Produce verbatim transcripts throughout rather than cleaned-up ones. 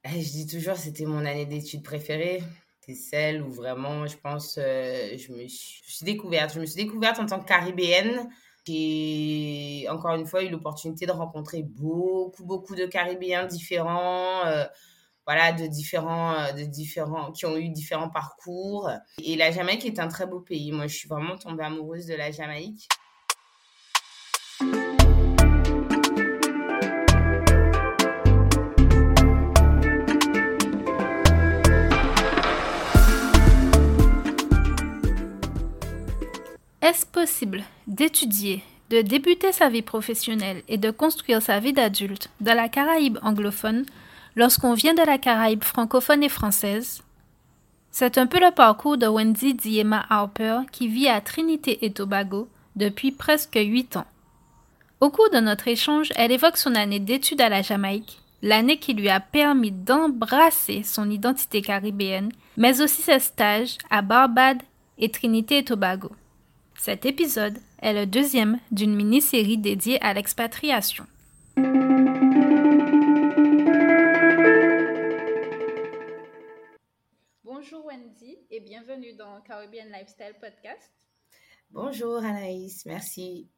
je dis toujours, c'était mon année d'études préférée. C'est celle où vraiment, je pense, euh, je me suis, je suis découverte. Je me suis découverte en tant que Caribéenne. J'ai encore une fois eu l'opportunité de rencontrer beaucoup, beaucoup de Caribéens différents, euh, voilà, de différents, euh, de différents, qui ont eu différents parcours. Et la Jamaïque est un très beau pays. Moi, je suis vraiment tombée amoureuse de la Jamaïque. Est-ce possible d'étudier, de débuter sa vie professionnelle et de construire sa vie d'adulte dans la Caraïbe anglophone lorsqu'on vient de la Caraïbe francophone et française? C'est un peu le parcours de Wendy Diema Harper qui vit à Trinité et Tobago depuis presque huit ans. Au cours de notre échange, elle évoque son année d'études à la Jamaïque, l'année qui lui a permis d'embrasser son identité caribéenne, mais aussi ses stages à Barbade et Trinité et Tobago. Cet épisode est le deuxième d'une mini-série dédiée à l'expatriation. Bonjour Wendy et bienvenue dans Caribbean Lifestyle Podcast. Bonjour Anaïs, merci.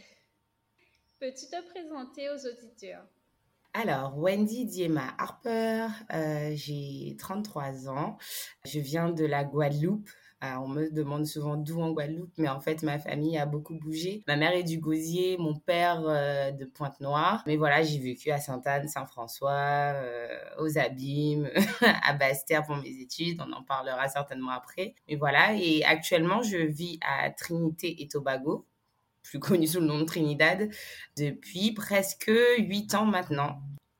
Peux-tu te présenter aux auditeurs? Alors, Wendy Diema Harper, euh, j'ai trente-trois ans. Je viens de la Guadeloupe. Alors, on me demande souvent d'où en Guadeloupe, mais en fait, ma famille a beaucoup bougé. Ma mère est du Gosier, mon père euh, de Pointe-Noire. Mais voilà, j'ai vécu à Sainte-Anne, Saint-François, euh, aux Abîmes, à Basse-Terre pour mes études. On en parlera certainement après. Mais voilà, et actuellement, je vis à Trinité et Tobago, plus connu sous le nom de Trinidad, depuis presque huit ans maintenant.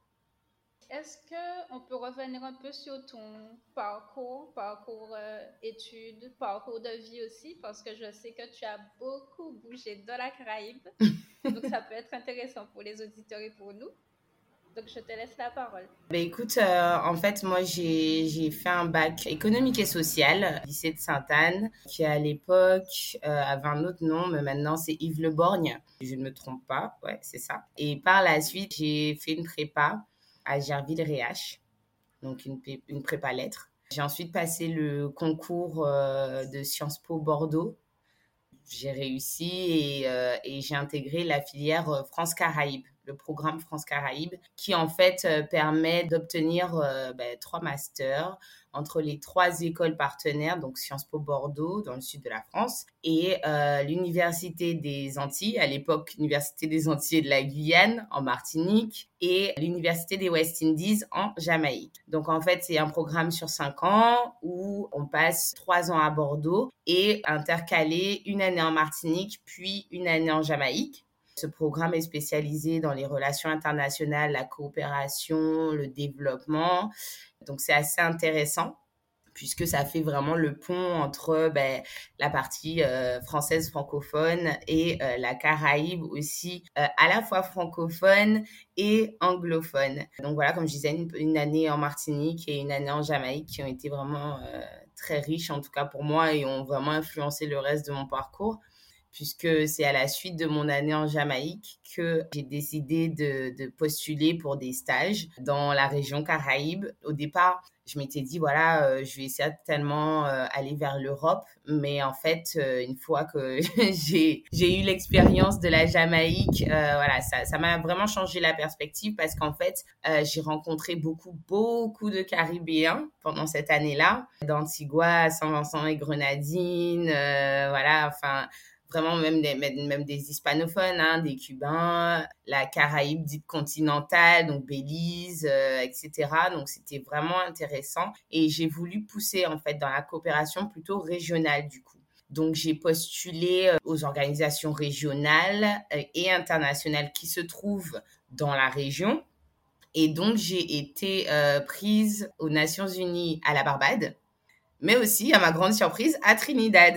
Est-ce qu'on peut revenir un peu sur ton parcours, parcours euh, études, parcours de vie aussi, parce que je sais que tu as beaucoup bougé dans la Caraïbe, donc ça peut être intéressant pour les auditeurs et pour nous. Donc je te laisse la parole. Bah écoute, euh, en fait, moi j'ai, j'ai fait un bac économique et social au lycée de Sainte-Anne, qui à l'époque euh, avait un autre nom, mais maintenant c'est Yves Le Borgne, si je ne me trompe pas, ouais, c'est ça. Et par la suite, j'ai fait une prépa à Gerville-Réache, donc une, p- une prépa lettres. J'ai ensuite passé le concours euh, de Sciences Po Bordeaux. J'ai réussi et, euh, et j'ai intégré la filière euh, France-Caraïbes, le programme France-Caraïbes, qui en fait euh, permet d'obtenir euh, ben, trois masters entre les trois écoles partenaires, donc Sciences Po Bordeaux dans le sud de la France et euh, l'Université des Antilles, à l'époque Université des Antilles et de la Guyane en Martinique et l'Université des West Indies en Jamaïque. Donc en fait, c'est un programme sur cinq ans où on passe trois ans à Bordeaux et intercaler une année en Martinique puis une année en Jamaïque. Ce programme est spécialisé dans les relations internationales, la coopération, le développement. Donc, c'est assez intéressant puisque ça fait vraiment le pont entre ben, la partie euh, française francophone et euh, la Caraïbe aussi, euh, à la fois francophone et anglophone. Donc voilà, comme je disais, une, une année en Martinique et une année en Jamaïque qui ont été vraiment euh, très riches, en tout cas pour moi, et ont vraiment influencé le reste de mon parcours, puisque c'est à la suite de mon année en Jamaïque que j'ai décidé de, de postuler pour des stages dans la région Caraïbe. Au départ, je m'étais dit, voilà, euh, je vais certainement euh, aller vers l'Europe. Mais en fait, euh, une fois que j'ai, j'ai eu l'expérience de la Jamaïque, euh, voilà, ça, ça m'a vraiment changé la perspective parce qu'en fait, euh, j'ai rencontré beaucoup, beaucoup de Caribéens pendant cette année-là, d'Antigua, Saint-Vincent et Grenadines, euh, voilà, enfin... Vraiment, même des, même des hispanophones, hein, des Cubains, la Caraïbe dite continentale, donc Belize, euh, et cetera. Donc, c'était vraiment intéressant. Et j'ai voulu pousser, en fait, dans la coopération plutôt régionale, du coup. Donc, j'ai postulé aux organisations régionales et internationales qui se trouvent dans la région. Et donc, j'ai été euh, prise aux Nations Unies à la Barbade, mais aussi, à ma grande surprise, à Trinidad.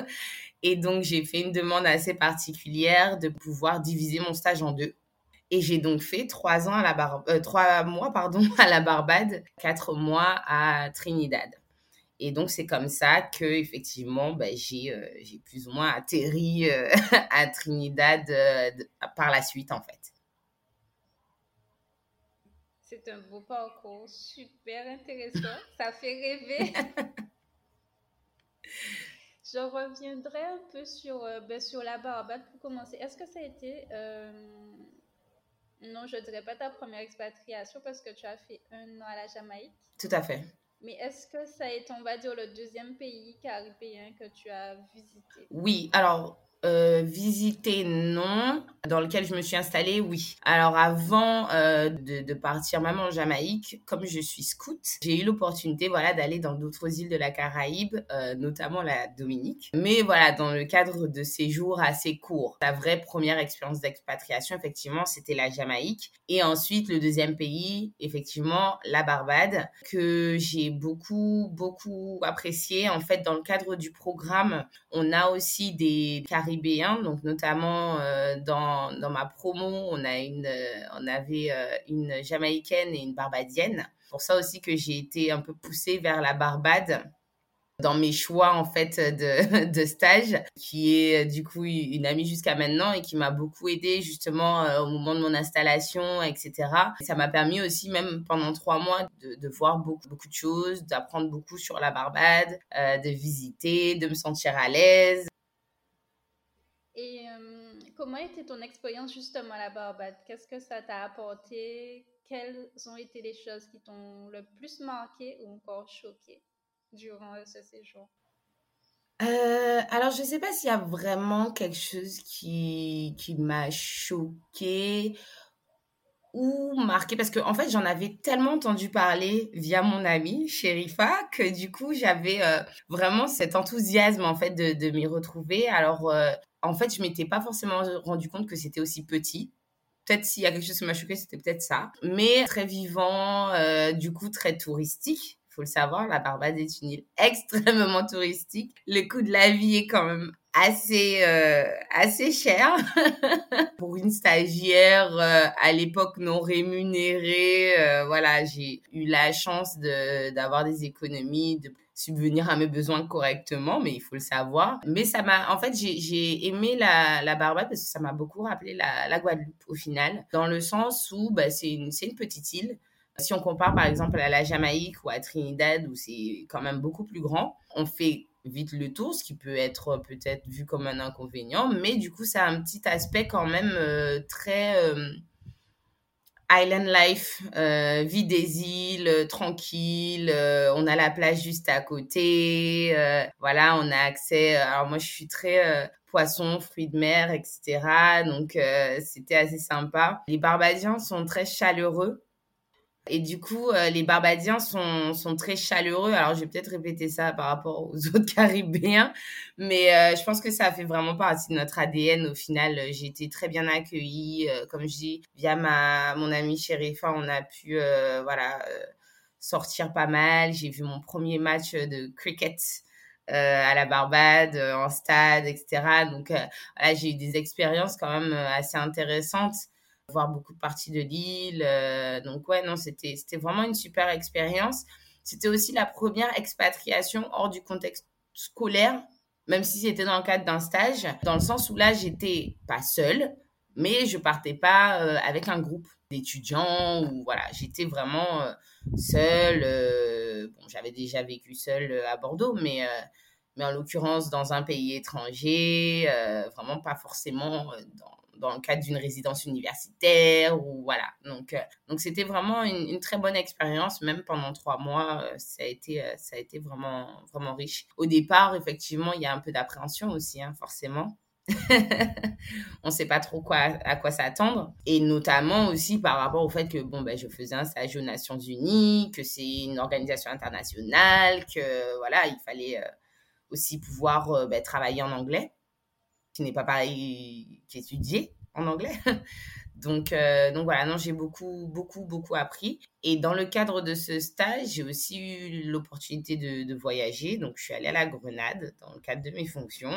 Et donc, j'ai fait une demande assez particulière de pouvoir diviser mon stage en deux. Et j'ai donc fait trois ans à la Bar- euh, trois mois pardon, à la Barbade, quatre mois à Trinidad. Et donc, c'est comme ça que effectivement, ben, j'ai, euh, j'ai plus ou moins atterri euh, à Trinidad euh, de, par la suite, en fait. C'est un beau parcours, super intéressant. Ça fait rêver. Je reviendrai un peu sur, euh, ben, sur la Barbade pour commencer. Est-ce que ça a été, euh, non, je dirais pas ta première expatriation parce que tu as fait un an à la Jamaïque, Tout à fait. mais est-ce que ça a été, on va dire, le deuxième pays caribéen que tu as visité? Oui, alors euh, visiter, non. Dans lequel je me suis installée, oui. Alors avant euh, de, de partir même en Jamaïque, comme je suis scout, j'ai eu l'opportunité voilà, d'aller dans d'autres îles de la Caraïbe, euh, notamment la Dominique. Mais voilà, dans le cadre de séjours assez courts. La vraie première expérience d'expatriation, effectivement, c'était la Jamaïque. Et ensuite, le deuxième pays, effectivement, la Barbade, que j'ai beaucoup, beaucoup apprécié. En fait, dans le cadre du programme, on a aussi des Caribéens, donc notamment euh, dans, dans ma promo, on, a une, euh, on avait euh, une Jamaïcaine et une Barbadienne. C'est pour ça aussi que j'ai été un peu poussée vers la Barbade dans mes choix en fait de, de stage, qui est du coup une amie jusqu'à maintenant et qui m'a beaucoup aidée justement euh, au moment de mon installation, et cetera. Et ça m'a permis aussi même pendant trois mois de, de voir beaucoup, beaucoup de choses, d'apprendre beaucoup sur la Barbade, euh, de visiter, de me sentir à l'aise. Et euh, comment était ton expérience justement à la Barbade? Qu'est-ce que ça t'a apporté? Quelles ont été les choses qui t'ont le plus marqué ou encore choqué durant euh, ce séjour? Euh, alors, je sais pas s'il y a vraiment quelque chose qui, qui m'a choquée ou marquée, parce que en fait, j'en avais tellement entendu parler via mon amie Sherifa que du coup, j'avais euh, vraiment cet enthousiasme en fait de, de m'y retrouver. Alors, euh, en fait, je m'étais pas forcément rendu compte que c'était aussi petit. Peut-être s'il y a quelque chose qui m'a choqué, c'était peut-être ça. Mais très vivant, euh, du coup très touristique. Il faut le savoir, la Barbade est une île extrêmement touristique. Le coût de la vie est quand même assez euh, assez cher pour une stagiaire euh, à l'époque non rémunérée. Euh, voilà, j'ai eu la chance de d'avoir des économies, de subvenir à mes besoins correctement, mais il faut le savoir. Mais ça m'a, en fait, j'ai, j'ai aimé la, la Barbade parce que ça m'a beaucoup rappelé la, la Guadeloupe au final, dans le sens où bah, c'est une, c'est une petite île. Si on compare par exemple à la Jamaïque ou à Trinidad, où c'est quand même beaucoup plus grand, on fait vite le tour, ce qui peut être peut-être vu comme un inconvénient, mais du coup, ça a un petit aspect quand même euh, très... Euh, Island life, euh, vie des îles, euh, tranquille, euh, on a la plage juste à côté, euh, voilà, on a accès, euh, alors moi je suis très euh, poisson, fruits de mer, et cetera. Donc euh, c'était assez sympa. Les Barbadiens sont très chaleureux. Et du coup, euh, les Barbadiens sont, sont très chaleureux. Alors, je vais peut-être répéter ça par rapport aux autres Caribéens, mais euh, je pense que ça fait vraiment partie de notre A D N. Au final, euh, j'ai été très bien accueillie. Euh, comme je dis, via ma, mon amie Sherifa, on a pu euh, voilà, euh, sortir pas mal. J'ai vu mon premier match de cricket euh, à la Barbade, euh, en stade, et cetera. Donc, euh, voilà, j'ai eu des expériences quand même euh, assez intéressantes, voir beaucoup de parties de l'île. Euh, donc ouais, non, c'était, c'était vraiment une super expérience. C'était aussi la première expatriation hors du contexte scolaire, même si c'était dans le cadre d'un stage, dans le sens où là, j'étais pas seule, mais je partais pas euh, avec un groupe d'étudiants ou voilà, j'étais vraiment euh, seule. Euh, bon, j'avais déjà vécu seule euh, à Bordeaux, mais euh, mais en l'occurrence dans un pays étranger, euh, vraiment pas forcément euh, dans dans le cadre d'une résidence universitaire ou voilà. Donc, euh, donc c'était vraiment une, une très bonne expérience, même pendant trois mois, euh, ça a été, euh, ça a été vraiment, vraiment riche. Au départ, effectivement, il y a un peu d'appréhension aussi, hein, forcément. On ne sait pas trop quoi, à quoi s'attendre. Et notamment aussi par rapport au fait que bon, ben, je faisais un stage aux Nations Unies, que c'est une organisation internationale, que voilà, il fallait euh, aussi pouvoir euh, ben, travailler en anglais, qui n'est pas pareil qu'étudier en anglais. Donc, euh, donc voilà, non, j'ai beaucoup, beaucoup, beaucoup appris. Et dans le cadre de ce stage, j'ai aussi eu l'opportunité de, de voyager. Donc, je suis allée à la Grenade dans le cadre de mes fonctions,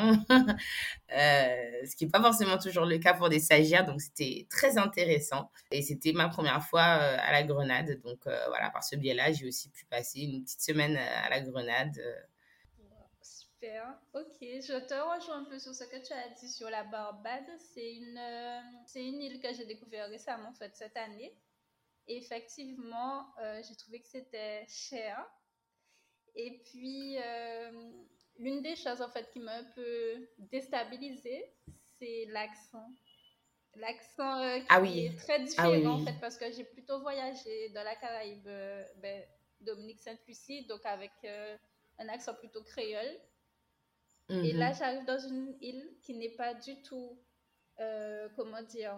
euh, ce qui n'est pas forcément toujours le cas pour des stagiaires. Donc, c'était très intéressant. Et c'était ma première fois euh, à la Grenade. Donc, euh, voilà, par ce biais-là, j'ai aussi pu passer une petite semaine à la Grenade. Euh, Super. Ok, je te rejoins un peu sur ce que tu as dit sur la Barbade. C'est une, euh, c'est une île que j'ai découvert récemment, en fait, cette année. Et effectivement, euh, j'ai trouvé que c'était cher. Et puis, euh, l'une des choses en fait qui m'a un peu déstabilisée, c'est l'accent. L'accent euh, Ah qui oui, est très ah oui, différent en fait oui. parce que j'ai plutôt voyagé dans la Caraïbe, euh, ben, Dominique-Sainte-Lucie, donc avec euh, un accent plutôt créole. Et là, Mhm. j'arrive dans une île qui n'est pas du tout, euh, comment dire,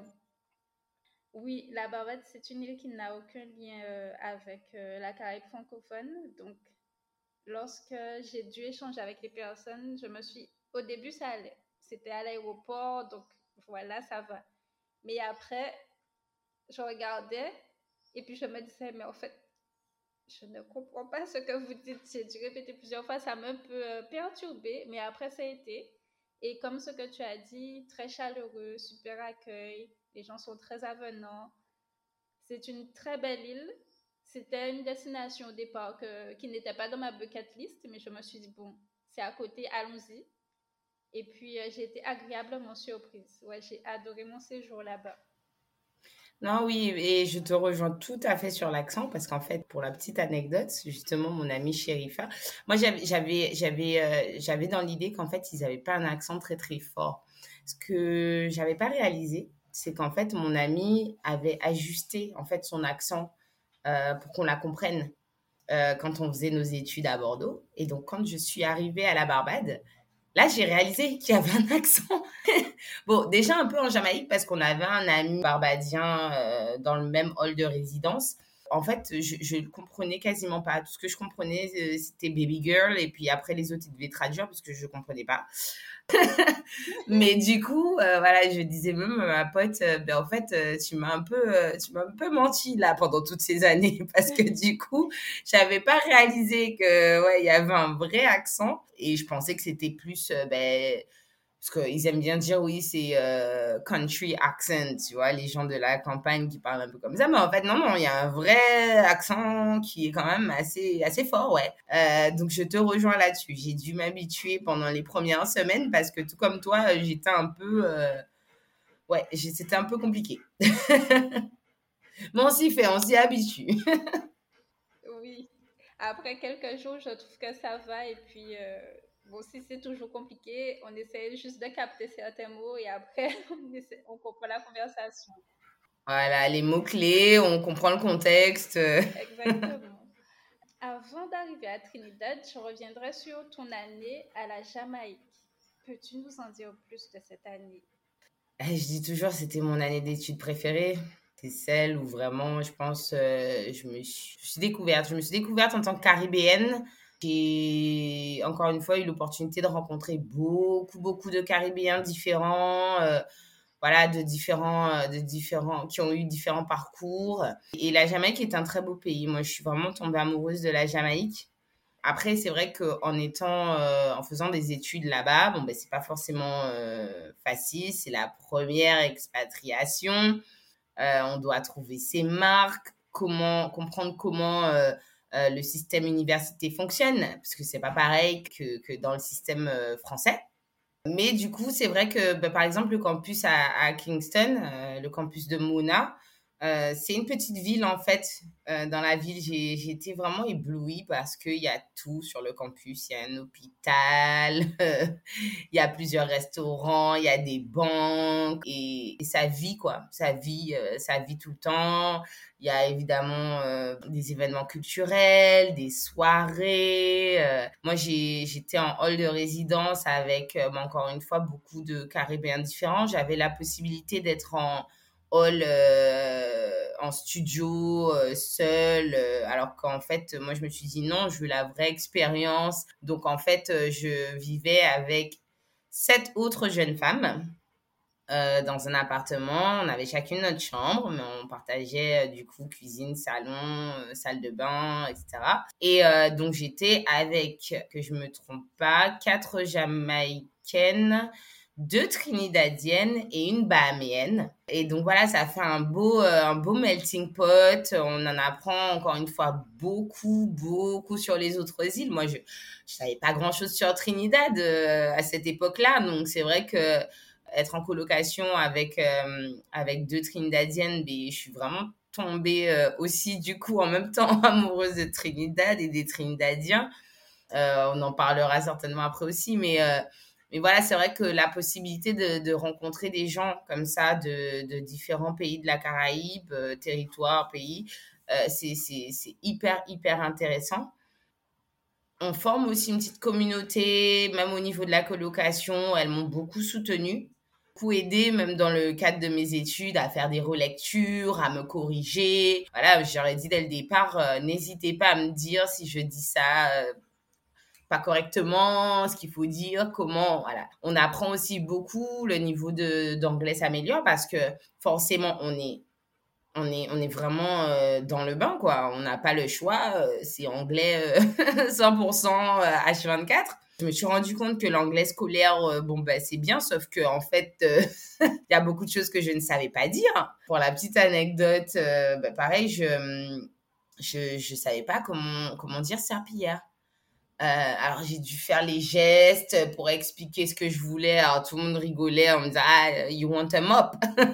oui, la Barbade, c'est une île qui n'a aucun lien euh, avec euh, la Caraïbe francophone. Donc, lorsque j'ai dû échanger avec les personnes, je me suis, au début, ça allait. C'était à l'aéroport, donc voilà, ça va. Mais après, je regardais et puis je me disais, mais en fait, je ne comprends pas ce que vous dites. J'ai dû répéter plusieurs fois, ça m'a un peu euh, perturbée, mais après, ça a été. Et comme ce que tu as dit, très chaleureux, super accueil, les gens sont très avenants. C'est une très belle île. C'était une destination au départ que, qui n'était pas dans ma bucket list, mais je me suis dit, bon, c'est à côté, allons-y. Et puis, euh, j'ai été agréablement surprise. Ouais, j'ai adoré mon séjour là-bas. Non, oui, et je te rejoins tout à fait sur l'accent parce qu'en fait, pour la petite anecdote, justement, mon amie Sherifa, moi, j'avais, j'avais, j'avais, euh, j'avais dans l'idée qu'en fait, ils n'avaient pas un accent très, très fort. Ce que j'avais pas réalisé, c'est qu'en fait, mon amie avait ajusté, en fait, son accent euh, pour qu'on la comprenne euh, quand on faisait nos études à Bordeaux. Et donc, quand je suis arrivée à la Barbade, là, j'ai réalisé qu'il y avait un accent. Bon, déjà un peu en Jamaïque parce qu'on avait un ami barbadien euh, dans le même hall de résidence. En fait, je, je ne comprenais quasiment pas. Tout ce que je comprenais, euh, c'était Baby Girl. Et puis après, les autres, ils devaient traduire parce que je ne comprenais pas. Mais du coup, euh, voilà, je disais même à ma pote, euh, ben, en fait, euh, tu m'as un peu, euh, tu m'as un peu menti là pendant toutes ces années parce que du coup, j'avais pas réalisé que ouais, il y avait un vrai accent et je pensais que c'était plus, euh, ben, parce qu'ils aiment bien dire, oui, c'est euh, country accent, tu vois, les gens de la campagne qui parlent un peu comme ça. Mais en fait, non, non, il y a un vrai accent qui est quand même assez, assez fort, ouais. Euh, donc, je te rejoins là-dessus. J'ai dû m'habituer pendant les premières semaines parce que tout comme toi, j'étais un peu... euh, ouais, c'était un peu compliqué. Mais on s'y fait, on s'y habitue. Oui. Après quelques jours, je trouve que ça va. Et puis, euh, bon, si c'est toujours compliqué, on essaie juste de capter certains mots et après, on, essaie- on comprend la conversation. Voilà, les mots-clés, on comprend le contexte. Exactement. Avant d'arriver à Trinidad, je reviendrai sur ton année à la Jamaïque. Peux-tu nous en dire plus de cette année? Eh, je dis toujours, c'était mon année d'études préférée. C'est celle où vraiment, je pense, euh, je me suis, je suis découverte. Je me suis découverte en tant que caribéenne. J'ai encore une fois eu l'opportunité de rencontrer beaucoup, beaucoup de Caribéens différents, euh, voilà, de différents, euh, de différents, qui ont eu différents parcours. Et la Jamaïque est un très beau pays. Moi, je suis vraiment tombée amoureuse de la Jamaïque. Après, c'est vrai qu'en étant, euh, en faisant des études là-bas, bon, ben, c'est pas forcément euh, facile. C'est la première expatriation. Euh, on doit trouver ses marques, comment comprendre comment euh, euh, le système université fonctionne, parce que c'est pas pareil que, que dans le système euh, français. Mais du coup, c'est vrai que, bah, par exemple, le campus à, à Kingston, euh, le campus de Mona, euh, c'est une petite ville en fait. Euh, dans la ville, j'ai, j'ai été vraiment éblouie parce qu'il y a tout sur le campus. Il y a un hôpital, il y a plusieurs restaurants, il y a des banques et, et ça vit quoi. Ça vit, euh, ça vit tout le temps. Il y a évidemment euh, des événements culturels, des soirées. Euh, moi, j'ai, j'étais en hall de résidence avec, euh, bon, encore une fois, beaucoup de Caribéens différents. J'avais la possibilité d'être en hall, euh, en studio, euh, seul, euh, alors qu'en fait, moi, je me suis dit non, je veux la vraie expérience. Donc, en fait, euh, je vivais avec sept autres jeunes femmes euh, dans un appartement. On avait chacune notre chambre, mais on partageait euh, du coup cuisine, salon, euh, salle de bain, et cetera. Et euh, donc j'étais avec, que je me trompe pas, quatre Jamaïcaines, deux Trinidadiennes et une Bahaméenne. Et donc voilà, ça fait un beau, euh, un beau melting pot. On en apprend encore une fois beaucoup, beaucoup sur les autres îles. Moi, je, je savais pas grand-chose sur Trinidad euh, à cette époque-là, donc c'est vrai que être en colocation avec, euh, avec deux Trinidadiennes, mais je suis vraiment tombée euh, aussi, du coup, en même temps amoureuse de Trinidad et des Trinidadiens. Euh, on en parlera certainement après aussi, mais, euh, mais voilà, c'est vrai que la possibilité de, de rencontrer des gens comme ça de, de différents pays de la Caraïbe, euh, territoires, pays, euh, c'est, c'est, c'est hyper, hyper intéressant. On forme aussi une petite communauté, même au niveau de la colocation, elles m'ont beaucoup soutenue, beaucoup aidé, même dans le cadre de mes études, à faire des relectures, à me corriger. Voilà, j'aurais dit dès le départ, euh, n'hésitez pas à me dire si je dis ça euh, pas correctement, ce qu'il faut dire, comment, voilà. On apprend aussi beaucoup, le niveau de, d'anglais s'améliore parce que forcément, on est on est, on est vraiment euh, dans le bain, quoi. On n'a pas le choix. Euh, c'est anglais euh, cent pour cent euh, H vingt-quatre. Je me suis rendu compte que l'anglais scolaire, euh, bon, bah, c'est bien, sauf que en fait, il euh, y a beaucoup de choses que je ne savais pas dire. Pour la petite anecdote, euh, bah, pareil, je je je savais pas comment comment dire serpillière. Euh, alors j'ai dû faire les gestes pour expliquer ce que je voulais. Alors tout le monde rigolait, on me disait ah you want a mop.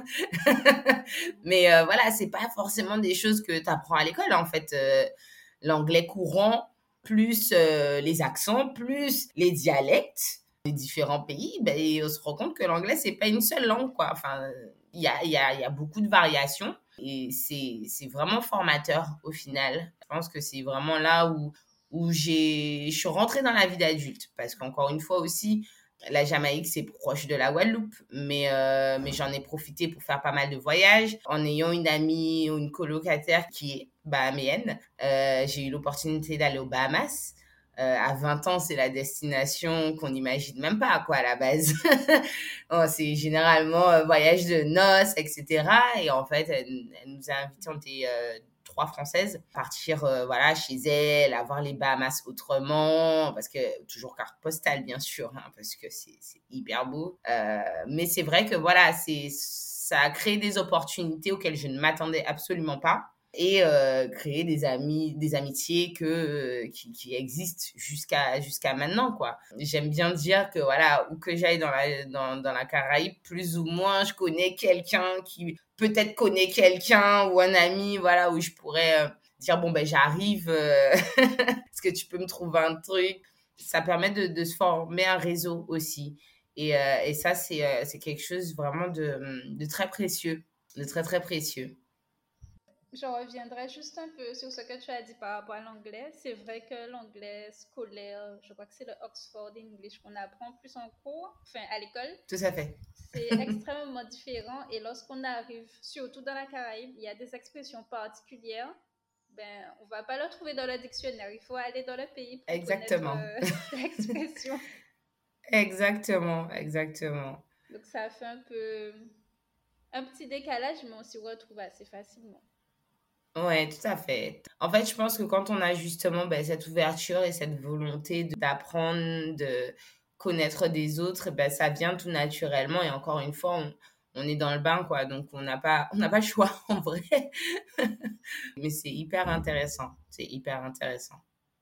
Mais euh, voilà, c'est pas forcément des choses que tu apprends à l'école en fait. Euh, l'anglais courant plus euh, les accents plus les dialectes des différents pays, ben on se rend compte que l'anglais c'est pas une seule langue quoi. Enfin il y a il y a il y a beaucoup de variations et c'est c'est vraiment formateur au final. Je pense que c'est vraiment là où où j'ai, je suis rentrée dans la vie d'adulte. Parce qu'encore une fois aussi, la Jamaïque, c'est proche de la Guadeloupe. Mais, euh, mais j'en ai profité pour faire pas mal de voyages. En ayant une amie ou une colocataire qui est bahaméenne, euh, j'ai eu l'opportunité d'aller aux Bahamas. Euh, à vingt ans, c'est la destination qu'on n'imagine même pas, quoi, à la base. Oh, c'est généralement un voyage de noces, et cetera. Et en fait, elle, elle nous a invités, on était euh, trois Françaises, partir euh, voilà, chez elle, avoir les Bahamas autrement, parce que toujours carte postale, bien sûr, hein, parce que c'est, c'est hyper beau. Euh, mais c'est vrai que voilà, c'est, ça a créé des opportunités auxquelles je ne m'attendais absolument pas. Et euh, créer des amis, des amitiés que euh, qui, qui existent jusqu'à jusqu'à maintenant quoi. J'aime bien dire que voilà où que j'aille dans la dans dans la Caraïbe, plus ou moins je connais quelqu'un qui peut-être connaît quelqu'un ou un ami voilà où je pourrais euh, dire bon ben j'arrive, euh, est-ce que tu peux me trouver un truc. Ça permet de de se former un réseau aussi et euh, et ça c'est euh, c'est quelque chose vraiment de de très précieux, de très très précieux. Je reviendrai juste un peu sur ce que tu as dit par rapport à l'anglais. C'est vrai que l'anglais scolaire, je crois que c'est le Oxford English qu'on apprend plus en cours, enfin à l'école. Tout à fait. C'est extrêmement différent et lorsqu'on arrive, surtout dans la Caraïbe, il y a des expressions particulières. Ben, on va pas le trouver dans le dictionnaire. Il faut aller dans le pays pour exactement. connaître euh, l'expression. Exactement, exactement. Donc ça fait un peu un petit décalage, mais on s'y retrouve assez facilement. Ouais, tout à fait. En fait, je pense que quand on a justement ben, cette ouverture et cette volonté de- d'apprendre, de connaître des autres, ben, ça vient tout naturellement. Et encore une fois, on, on est dans le bain, quoi. Donc, on n'a pas, on n'a pas le choix, en vrai. Mais c'est hyper intéressant. C'est hyper intéressant.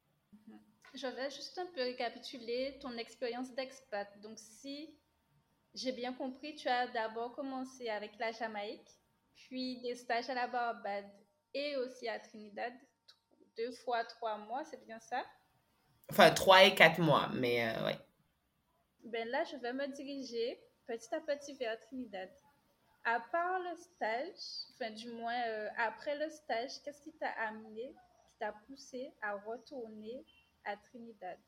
Je vais juste un peu récapituler ton expérience d'expat. Donc, si j'ai bien compris, tu as d'abord commencé avec la Jamaïque, puis des stages à la Barbade et aussi à Trinidad, deux fois trois mois, c'est bien ça? Enfin, trois et quatre mois, mais euh, ouais. Ben là, je vais me diriger petit à petit vers Trinidad. À part le stage, enfin du moins euh, après le stage, qu'est-ce qui t'a amené, qui t'a poussé à retourner à Trinidad?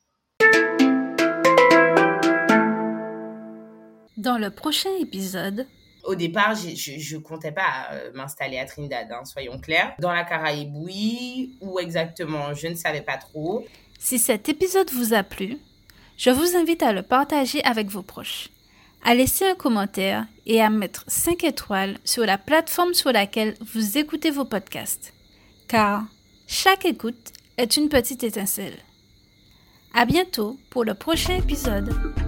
Dans le prochain épisode, au départ, je ne comptais pas euh, m'installer à Trinidad, hein, soyons clairs. Dans la Caraïbe, oui. Où exactement, je ne savais pas trop. Si cet épisode vous a plu, je vous invite à le partager avec vos proches, à laisser un commentaire et à mettre cinq étoiles sur la plateforme sur laquelle vous écoutez vos podcasts. Car chaque écoute est une petite étincelle. À bientôt pour le prochain épisode.